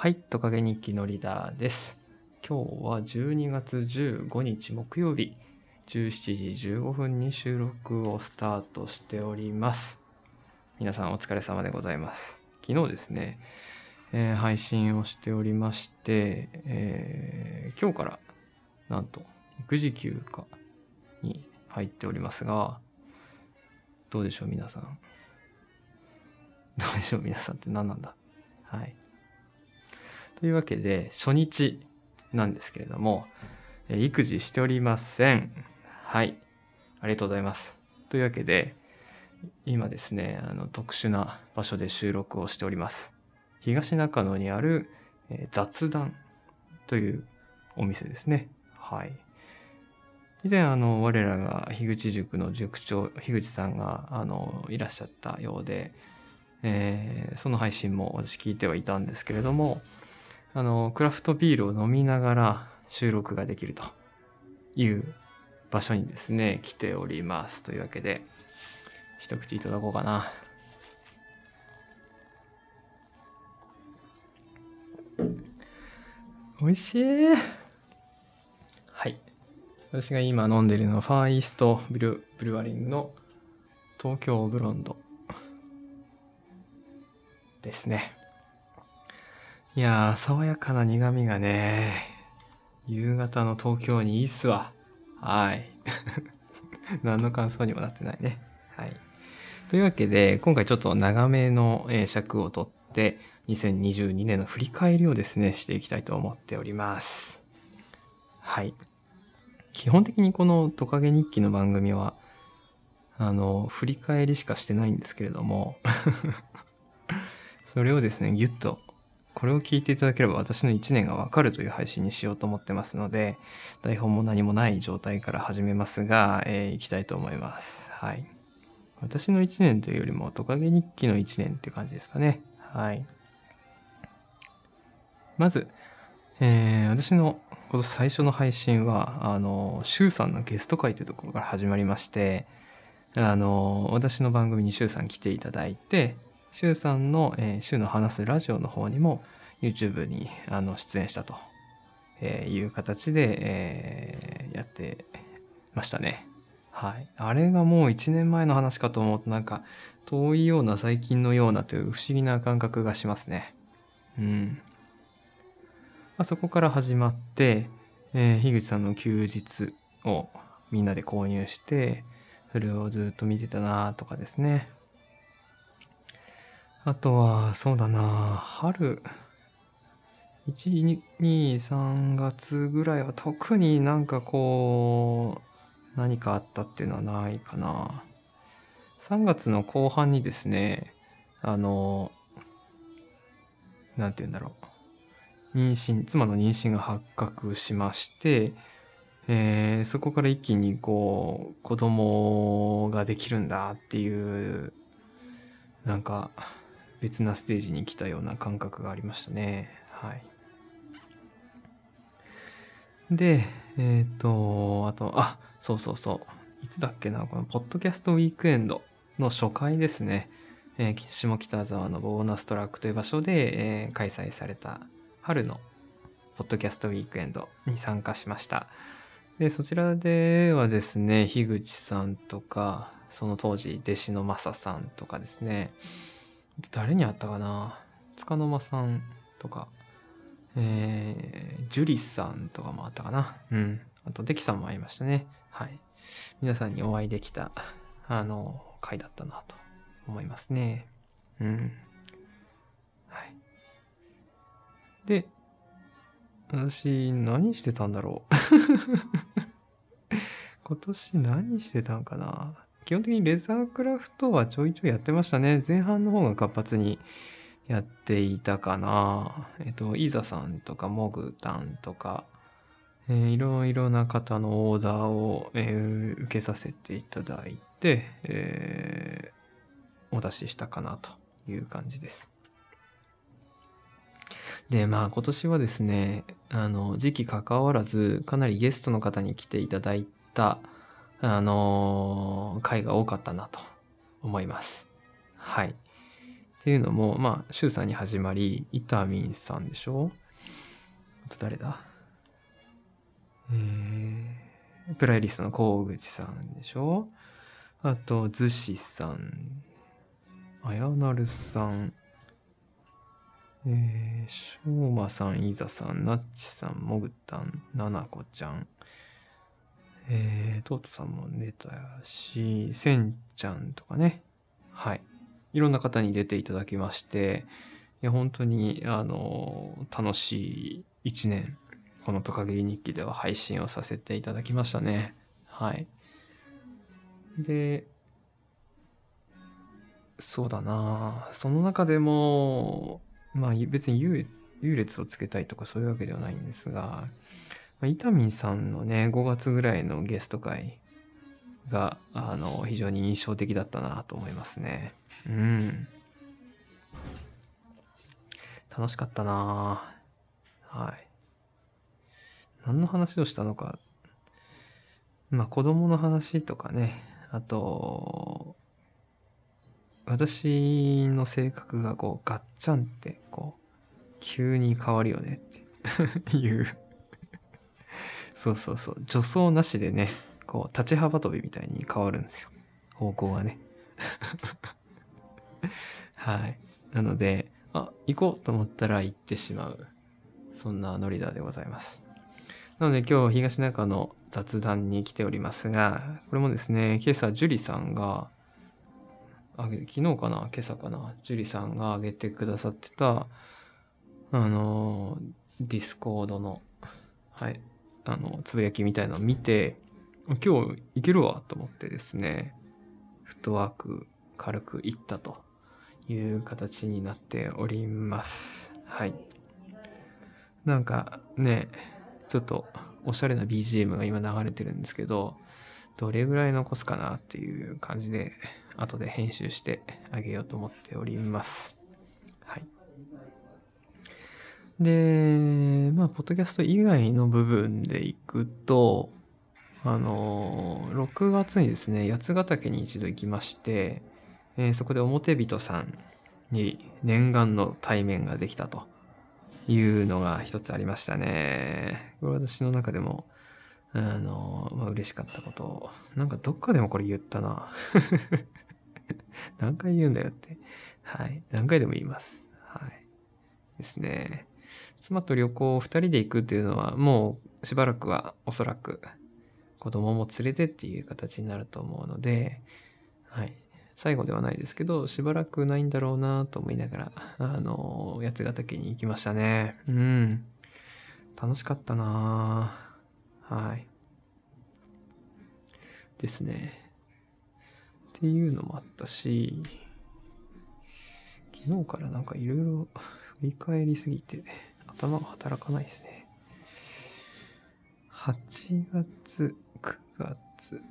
はい、トカゲ日記のリーダーです。今日は12月15日木曜日、17時15分に収録をスタートしております。皆さんお疲れ様でございます。昨日ですね、配信をしておりまして、今日からなんと育児休暇に入っておりますが、どうでしょう皆さん。どうでしょう皆さんって何なんだ。はい。というわけで初日なんですけれども、育児しておりません。はい、ありがとうございます。というわけで今ですね、特殊な場所で収録をしております。東中野にある、雑談というお店ですね。はい。以前我らが樋口塾の塾長樋口さんがいらっしゃったようで、その配信も私聞いてはいたんですけれども、クラフトビールを飲みながら収録ができるという場所にですね来ております。というわけで一口いただこうかな。美味しい。はい、私が今飲んでるのはファーイーストブルワリングの東京ブロンドですね。いやー、爽やかな苦味がね、夕方の東京にいいっすわ。はい何の感想にもなってないね。はい。というわけで今回ちょっと長めの尺をとって2022年の振り返りをですねしていきたいと思っております。はい。基本的にこのトカゲ日記の番組は振り返りしかしてないんですけれどもそれをですねギュッとこれを聞いていただければ私の1年がわかるという配信にしようと思ってますので、台本も何もない状態から始めますが、いきたいと思います。はい。私の1年というよりもトカゲ日記の1年っていう感じですかね。はい。まず、私の今年最初の配信はシュウさんのゲスト会というところから始まりまして、私の番組にシュウさん来ていただいて、シュウさんの、シュウの話すラジオの方にも YouTube に出演したという形で、やってましたね。はい。あれがもう1年前の話かと思うとなんか遠いような最近のようなという不思議な感覚がしますね。うん。そこから始まって、樋口さんの休日をみんなで購入してそれをずっと見てたなとかですね。あとはそうだな、春1、2、3月ぐらいは特になんかこう何かあったっていうのはないかな。3月の後半にですねなんて言うんだろう、妻の妊娠が発覚しまして、そこから一気にこう子供ができるんだっていうなんか別なステージに来たような感覚がありましたね。はい。であとそういつだっけな、このポッドキャストウィークエンドの初回ですね、下北沢のボーナストラックという場所で、開催された春のポッドキャストウィークエンドに参加しました。でそちらではですね、樋口さんとかその当時弟子のマサさんとかですね、誰に会ったかな、塚の間さんとか、ジュリさんとかもあったかな。あとデキさんも会いましたね。はい。皆さんにお会いできた回だったなと思いますね。はい。で、私何してたんだろう今年何してたんかな。基本的にレザークラフトはちょいちょいやってましたね。前半の方が活発にやっていたかな。イザさんとかモグタンとか、いろいろな方のオーダーを、受けさせていただいて、お出ししたかなという感じです。で今年はですね時期関わらずかなりゲストの方に来ていただいた回が多かったなと思います。はい。 っていうのも、まあ、シュウさんに始まり、イタミンさんでしょ。あと誰だ。プライリストの河口さんでしょ。あと、ズシさん、あやなるさん、しょうまさん、いざさん、なっちさん、もぐたん、ななこちゃん、トートさんも出たし、せんちゃんとかね。はい。いろんな方に出ていただきまして、いや本当に、楽しい一年、このトカゲ日記では配信をさせていただきましたね。はい。で、そうだな、その中でも、まあ別に優劣をつけたいとかそういうわけではないんですが、イタミンさんのね、5月ぐらいのゲスト会が、非常に印象的だったなと思いますね。うん。楽しかったな。はい。何の話をしたのか。まあ子供の話とかね。あと、私の性格がこうガッチャンってこう急に変わるよねっていうそうそうそう、助走なしでね、こう立ち幅跳びみたいに変わるんですよ、方向がねはい。なので、行こうと思ったら行ってしまう、そんなノリダーでございます。なので今日東中の雑談に来ておりますが、これもですね、今朝樹里さんが昨日かな、今朝かな、樹里さんが上げてくださってたディスコードのはいつぶやきみたいなのを見て、今日いけるわと思ってですね、フットワーク軽くいったという形になっております。はい。なんかね、ちょっとおしゃれな BGM が今流れてるんですけど、どれぐらい残すかなっていう感じで後で編集してあげようと思っております。はい。で、まあポッドキャスト以外の部分でいくと、6月にですね、八ヶ岳に一度行きまして、そこで表人さんに念願の対面ができたというのが一つありましたね。これ私の中でも嬉しかったことを、なんかどっかでもこれ言ったな何回言うんだよって。はい、何回でも言います。はいですね。妻と旅行2人で行くっていうのはもうしばらくはおそらく子供も連れてっていう形になると思うので、はい、最後ではないですけどしばらくないんだろうなと思いながら八ヶ岳に行きましたね。うん、楽しかったな。はいですね。っていうのもあったし、昨日からなんかいろいろ振り返りすぎて頭が働かないですね。8月、9月。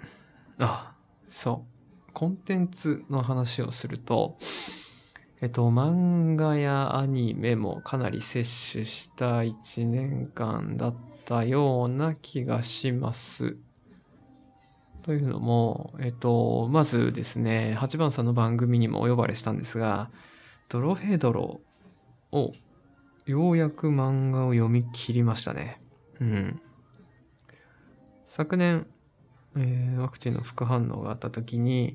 そう。コンテンツの話をすると、漫画やアニメもかなり摂取した1年間だったような気がします。というのも、まずですね、8番さんの番組にもお呼ばれしたんですが、ドロヘドロをようやく漫画を読み切りましたね。うん。昨年、ワクチンの副反応があった時に、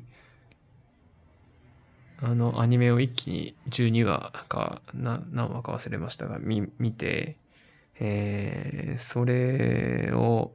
アニメを一気に12話か何話か忘れましたが見て、それを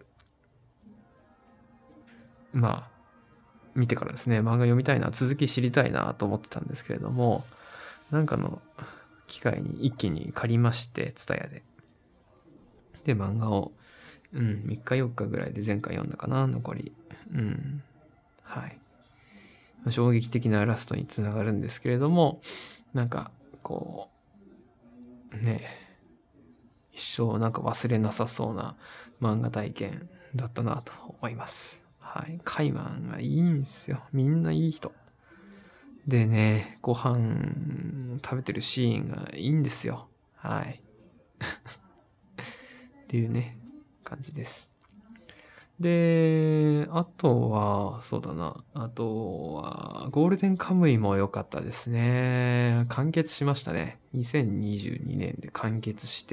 まあ見てからですね、漫画読みたいな、続き知りたいなと思ってたんですけれども、なんかの機会に一気に借りまして、TSUTAYAで漫画を3日4日ぐらいで前回読んだかな、残り。はい。衝撃的なラストにつながるんですけれども、なんかこうね、一生なんか忘れなさそうな漫画体験だったなと思います。はい。カイマンがいいんですよ。みんないい人でね、ご飯食べてるシーンがいいんですよ。はいっていうね感じです。 で、あとは、そうだな。あとは、ゴールデンカムイも良かったですね。完結しましたね。2022年で完結して、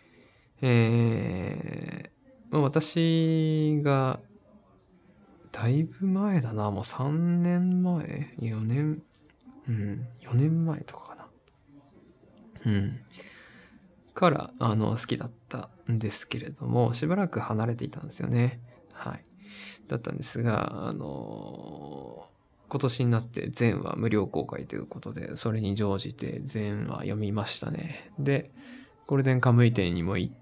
私が、だいぶ前だな。もう3年前 ?4 年、4年前とかかな。から、好きだったんですけれども、しばらく離れていたんですよね。はい。だったんですが、今年になって全話無料公開ということで、それに乗じて全話読みましたね。で、ゴールデンカムイ店にも行って、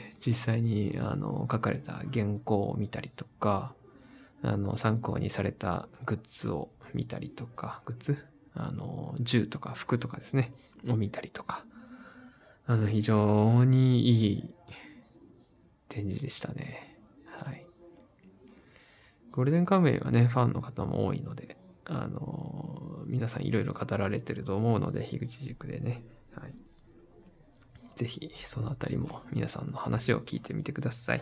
実際に書かれた原稿を見たりとか、参考にされたグッズを見たりとか、グッズ銃とか服とかですね、を見たりとか、非常にいい展示でしたね。はい。ゴールデンカムイはね、ファンの方も多いので、皆さんいろいろ語られてると思うので、樋口塾でね。はい。ぜひ、そのあたりも皆さんの話を聞いてみてください。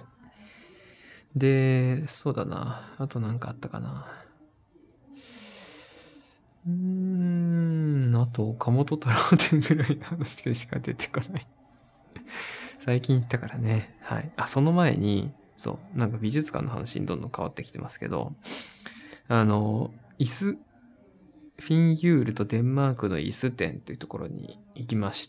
で、そうだな。あとなんかあったかな。あと、岡本太郎展ぐらいの話しか出てこない。最近行ったからね。はい。その前に、そう、なんか美術館の話にどんどん変わってきてますけど、椅子、フィンユールとデンマークの椅子店というところに行きまして、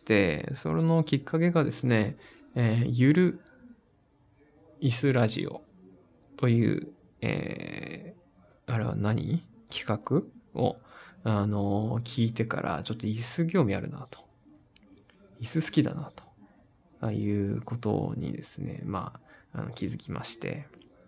それのきっかけがですね、ゆる椅子ラジオという、あれは何企画を、聞いてから、ちょっと椅子興味あるなと。椅子好きだなと。いうことにですね、気づきまして。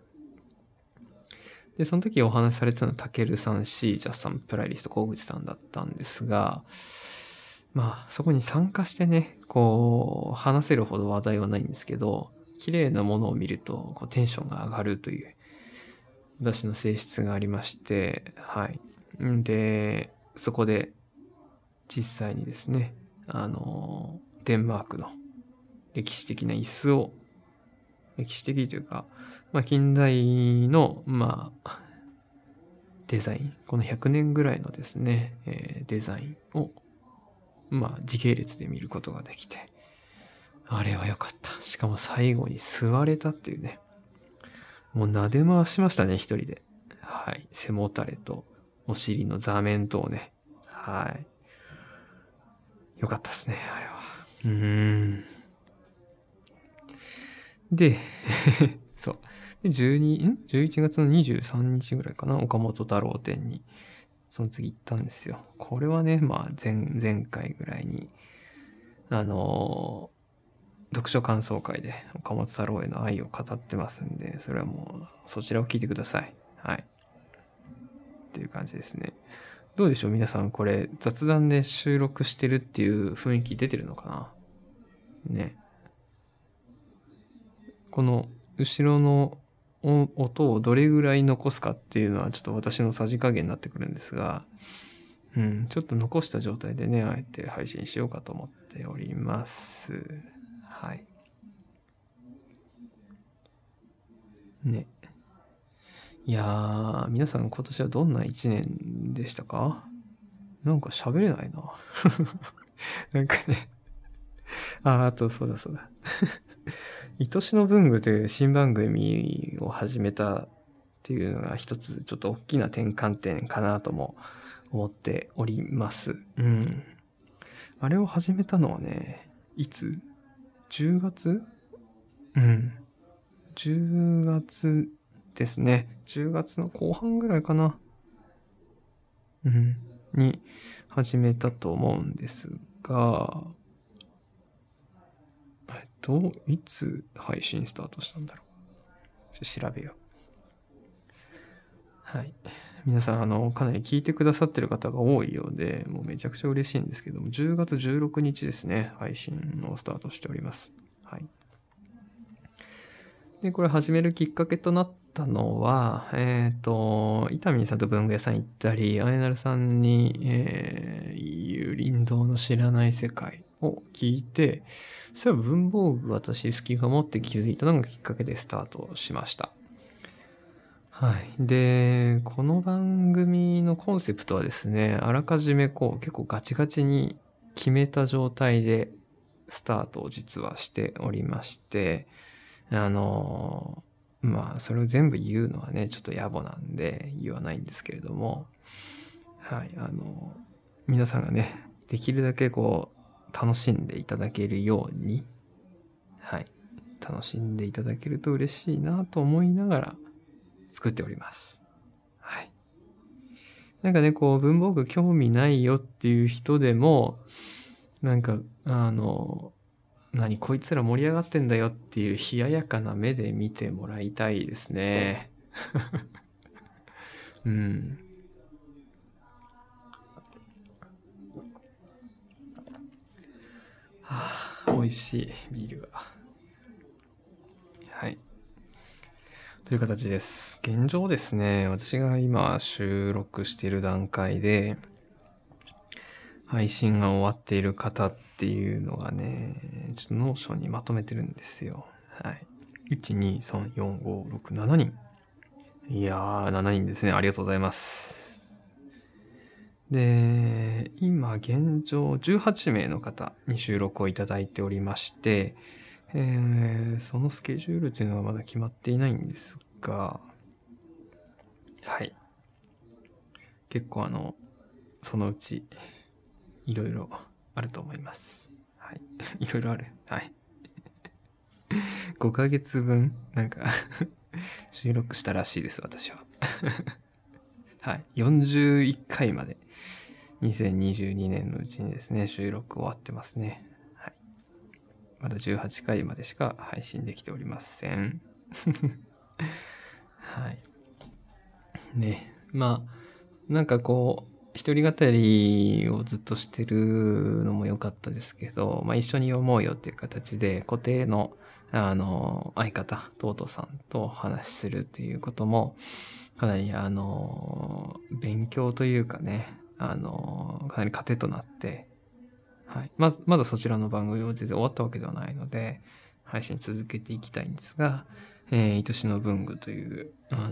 で、その時お話しされてたのはたけるさん、シージャスさん、プライリスト、小口さんだったんですが、そこに参加してね、話せるほど話題はないんですけど、綺麗なものを見ると、テンションが上がるという、私の性質がありまして、はい。で、そこで、実際にですね、デンマークの歴史的な椅子を、歴史的というか、近代の、デザイン、この100年ぐらいのですね、デザインを、時系列で見ることができて、あれは良かった。しかも最後に座れたっていうね。もう撫で回しましたね、一人で。はい。背もたれと、お尻の座面とをね。はい。良かったですね、あれは。で、そう。で、11月の23日ぐらいかな、岡本太郎展に、その次行ったんですよ。これはね、前回ぐらいに、読書感想会で岡本太郎への愛を語ってますんで、それはもうそちらを聞いてください。はい。っていう感じですね。どうでしょう皆さん、これ雑談で収録してるっていう雰囲気出てるのかなね。この後ろの音をどれぐらい残すかっていうのはちょっと私のさじ加減になってくるんですが、ちょっと残した状態でね、あえて配信しようかと思っております。はい。ね。いやー、皆さん今年はどんな一年でしたか？なんか喋れないな。なんかね。あとそうだ。愛しの文具という新番組を始めたっていうのが一つちょっと大きな転換点かなとも思っております。あれを始めたのはね、いつ ?10 月10月ですね。10月の後半ぐらいかな。に始めたと思うんですが、いつ配信スタートしたんだろう。調べよう。はい。皆さん、かなり聞いてくださってる方が多いようで、もうめちゃくちゃ嬉しいんですけども、10月16日ですね、配信をスタートしております。はい。で、これ始めるきっかけとなったのは、伊丹さんと文具屋さん行ったり、あやなるさんに、有林堂の知らない世界を聞いて、それは文房具私好きかもって気づいたのがきっかけでスタートしました。 はい。で、この番組のコンセプトはですね、あらかじめ結構ガチガチに決めた状態でスタートを実はしておりまして、それを全部言うのはね、ちょっと野暮なんで言わないんですけれども、はい、皆さんがね、できるだけ楽しんでいただけるように、はい、楽しんでいただけると嬉しいなと思いながら作っております。はい。なんかね、文房具興味ないよっていう人でも、なんか、こいつら盛り上がってんだよっていう冷ややかな目で見てもらいたいですね。うん。はあ、美味しいビールが。はい。という形です。現状ですね、私が今収録している段階で、配信が終わっている方っていうのがね、ちょっとノーションにまとめてるんですよ。はい。1、2、3、4、5、6、7人。いやー、7人ですね。ありがとうございます。で、今現状18名の方に収録をいただいておりまして、そのスケジュールというのはまだ決まっていないんですが、はい。結構そのうち、いろいろあると思います。はい。いろいろある。はい。5ヶ月分、収録したらしいです、私は。はい。41回まで、2022年のうちにですね、収録終わってますね。はい。まだ18回までしか配信できておりません。はい。ね。一人語りをずっとしてるのも良かったですけど、一緒に読もうよっていう形で固定の相方トートさんとお話しするっていうこともかなり勉強というかねかなり糧となって、はい、まだそちらの番組は全然終わったわけではないので配信続けていきたいんですが、愛しの文具という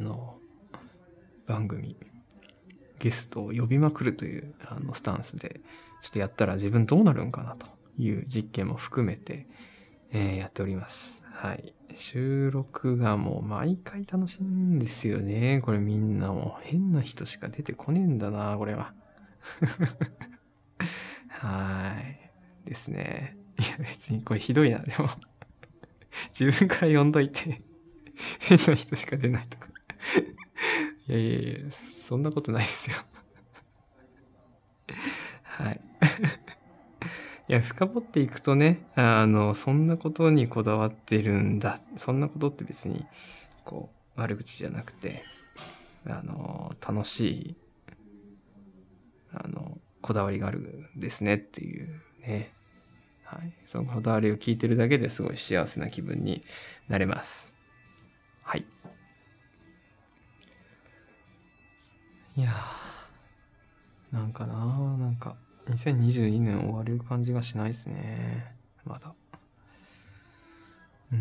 番組ゲストを呼びまくるというスタンスでちょっとやったら自分どうなるんかなという実験も含めて、やっております。はい。収録がもう毎回楽しいんですよね。これみんなもう変な人しか出てこねえんだな、これは。はい。ですね。いや別にこれひどいな。でも自分から呼んどいて変な人しか出ないとかいやいやいや、そんなことないですよ。はい。いや、深掘っていくとね、そんなことにこだわってるんだ。そんなことって別に、悪口じゃなくて、楽しい、こだわりがあるんですねっていうね。はい。そのこだわりを聞いてるだけですごい幸せな気分になれます。はい。いやー、2022年終わる感じがしないですね。まだ。うん。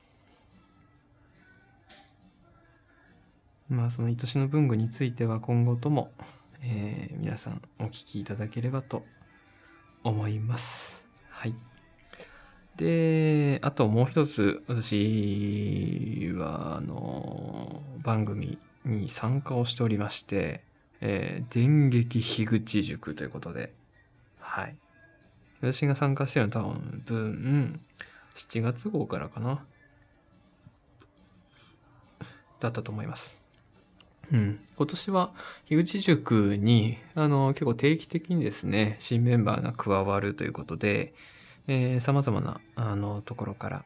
その愛しの文具については今後とも、皆さんお聞きいただければと思います。はい。で、あともう一つ、私は、番組に参加をしておりまして、電撃樋口塾ということで、はい。私が参加してるのは多分、7月号からかなだったと思います。うん、今年は樋口塾に結構定期的にですね新メンバーが加わるということでさまざまなところから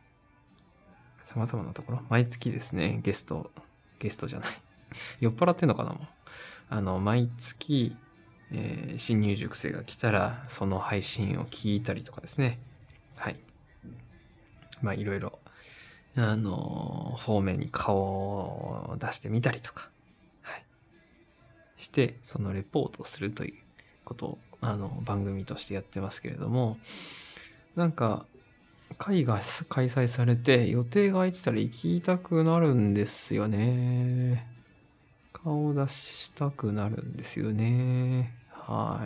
毎月ですねゲストじゃない酔っ払ってんのかなもう毎月、新入塾生が来たらその配信を聞いたりとかですねはいいろいろ方面に顔を出してみたりとか、はい、してそのレポートをするということを番組としてやってますけれども会が開催されて予定が空いてたら行きたくなるんですよね。顔出したくなるんですよね。はい。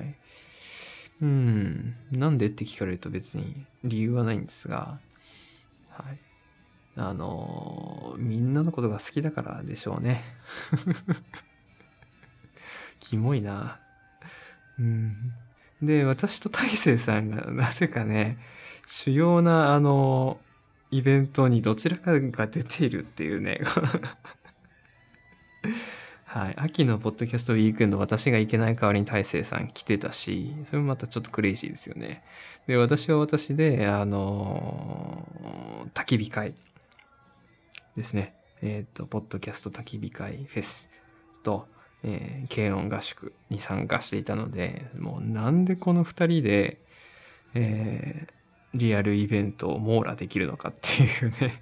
なんでって聞かれると別に理由はないんですが、はい。みんなのことが好きだからでしょうね。キモいな。で、私と大成さんがなぜかね、主要なイベントにどちらかが出ているっていうね。はい。秋のポッドキャストウィークエンド、私が行けない代わりに大成さん来てたし、それもまたちょっとクレイジーですよね。で、私は私で、焚き火会ですね。ポッドキャスト焚き火会フェスと、軽音合宿に参加していたので、もうなんでこの二人で、リアルイベントを網羅できるのかっていうね。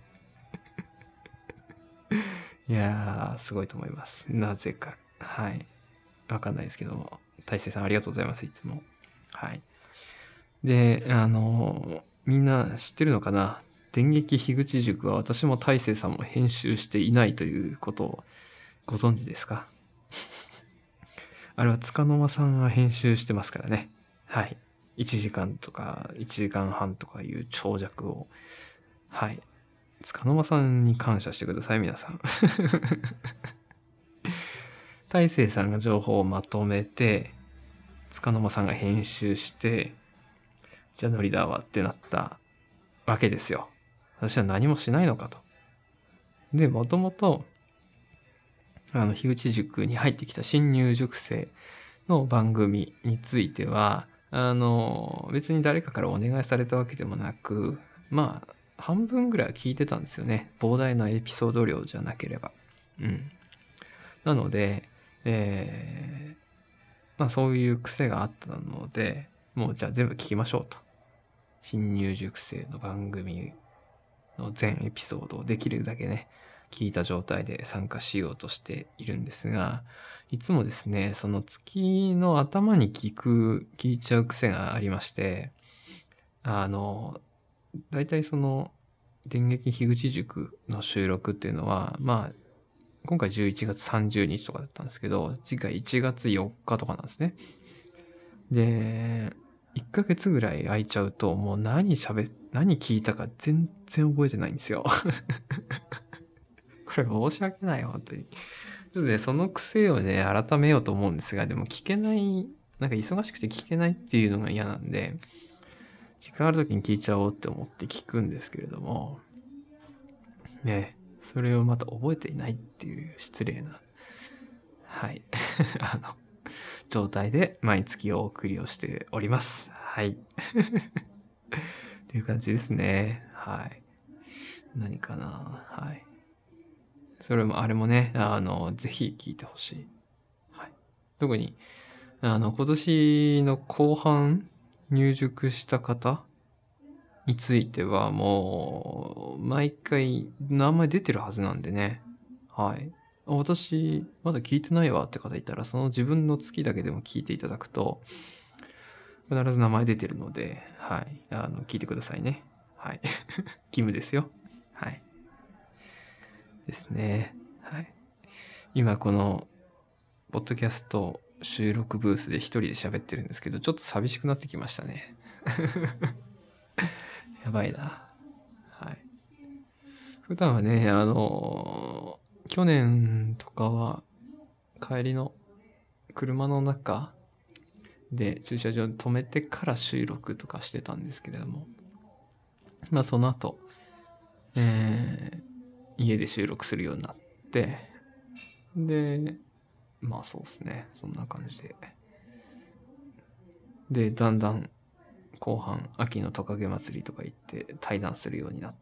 いやー、すごいと思います。なぜか。はい。わかんないですけども。大成さんありがとうございます、いつも。はい。で、みんな知ってるのかな？電撃樋口塾は私も大成さんも編集していないということをご存知ですか？あれは束の間さんが編集してますからね。はい。1時間とか1時間半とかいう長尺を。はい。束の間さんに感謝してください、皆さん。大成さんが情報をまとめて、束の間さんが編集して、じゃあノリだわってなったわけですよ。私は何もしないのかと。で、もともと、樋口塾に入ってきた新入塾生の番組については、別に誰かからお願いされたわけでもなく、まあ、半分ぐらいは聞いてたんですよね。膨大なエピソード量じゃなければ。なので、まあそういう癖があったので、もうじゃあ全部聞きましょうと。新入塾生の番組の全エピソードをできるだけね、聞いた状態で参加しようとしているんですが、いつもですね、その月の頭に聞いちゃう癖がありまして、大体その電撃樋口塾の収録っていうのは、まあ、今回11月30日とかだったんですけど、次回1月4日とかなんですね。で、1ヶ月ぐらい空いちゃうと、もう何聞いたか全然覚えてないんですよ。これ申し訳ない、本当に。ちょっとね、その癖をね、改めようと思うんですが、でも聞けない、なんか忙しくて聞けないっていうのが嫌なんで、時間ある時に聞いちゃおうって思って聞くんですけれども、ね、それをまた覚えていないっていう失礼な、はい、状態で毎月お送りをしております。はい。っていう感じですね。はい。何かな。はい。それも、あれもね、ぜひ聞いてほしい。はい。特に、今年の後半入塾した方についてはもう、毎回名前出てるはずなんでね。はい。私、まだ聞いてないわって方いたら、その自分の月だけでも聞いていただくと、必ず名前出てるので、はい。聞いてくださいね。はい。義務ですよ。はい。ですね。はい。今この、ポッドキャスト収録ブースで一人で喋ってるんですけど、ちょっと寂しくなってきましたね。やばいな。はい。普段はね、去年とかは帰りの車の中で駐車場に止めてから収録とかしてたんですけれども、まあその後、家で収録するようになって、で、まあそうですね、そんな感じで。で、だんだん後半、秋のトカゲ祭りとか行って対談するようになって、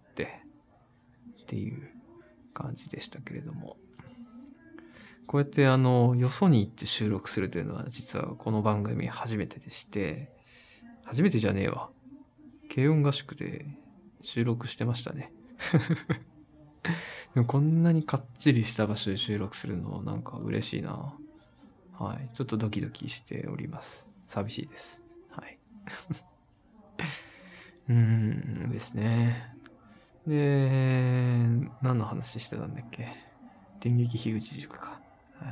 っていう感じでしたけれども。こうやってよそに行って収録するというのは実はこの番組初めてでして、初めてじゃねえわ。軽音合宿で収録してましたね。でもこんなにかっちりした場所で収録するのなんか嬉しいな。はい。ちょっとドキドキしております。寂しいです。はい。 ですね。で、何の話してたんだっけ？電撃樋口塾か。はい。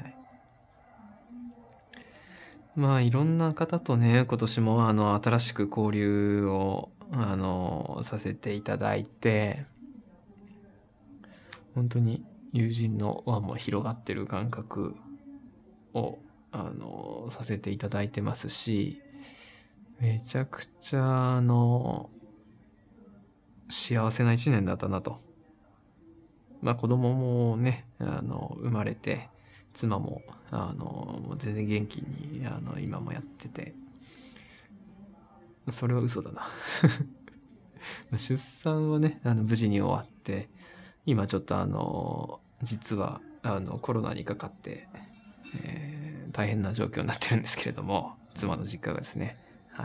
まあいろんな方とね、今年も新しく交流をさせていただいて、本当に友人の輪も広がってる感覚をさせていただいてますし、めちゃくちゃ幸せな一年だったなと。まあ子供もね生まれて、妻ももう全然元気に今もやってて、それは嘘だな出産はね無事に終わって、今ちょっと実はコロナにかかって、大変な状況になってるんですけれども、妻の実家がですね、はい、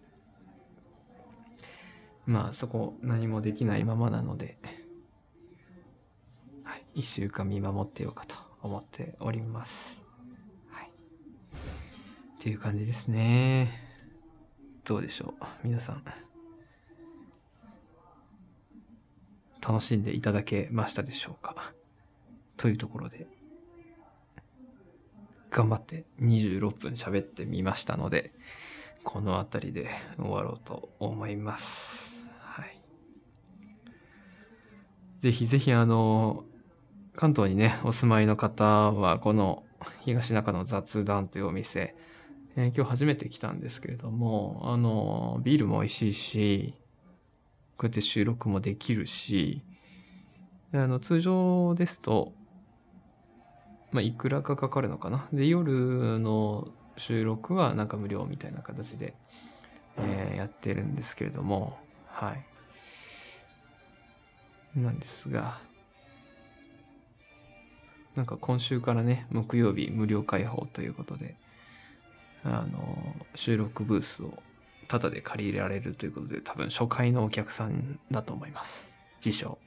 まあそこ何もできないままなので、はい、1週間見守ってようかと思っております。はい、っていう感じですね。どうでしょう皆さん、楽しんでいただけましたでしょうか。というところで頑張って26分喋ってみましたので、この辺りで終わろうと思います。はい。ぜひぜひ関東にねお住まいの方は、この東中野雑談というお店、今日初めて来たんですけれども、ビールも美味しいし、こうやって収録もできるし、通常ですといくらかかかるのかな。で、夜の収録はなんか無料みたいな形で、やってるんですけれども、はい。なんですが、なんか今週からね、木曜日無料開放ということで、収録ブースをタダで借りられるということで、多分初回のお客さんだと思います。自称。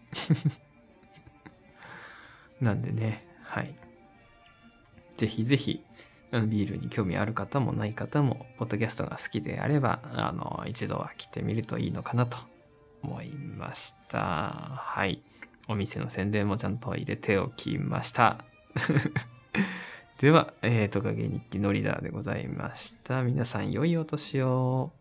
なんでね、はい。ぜひぜひ、ビールに興味ある方もない方も、ポッドキャストが好きであれば、一度は来てみるといいのかなと思いました。はい。お店の宣伝もちゃんと入れておきました。では、トカゲ日記のリーダーでございました。皆さん良いお年を。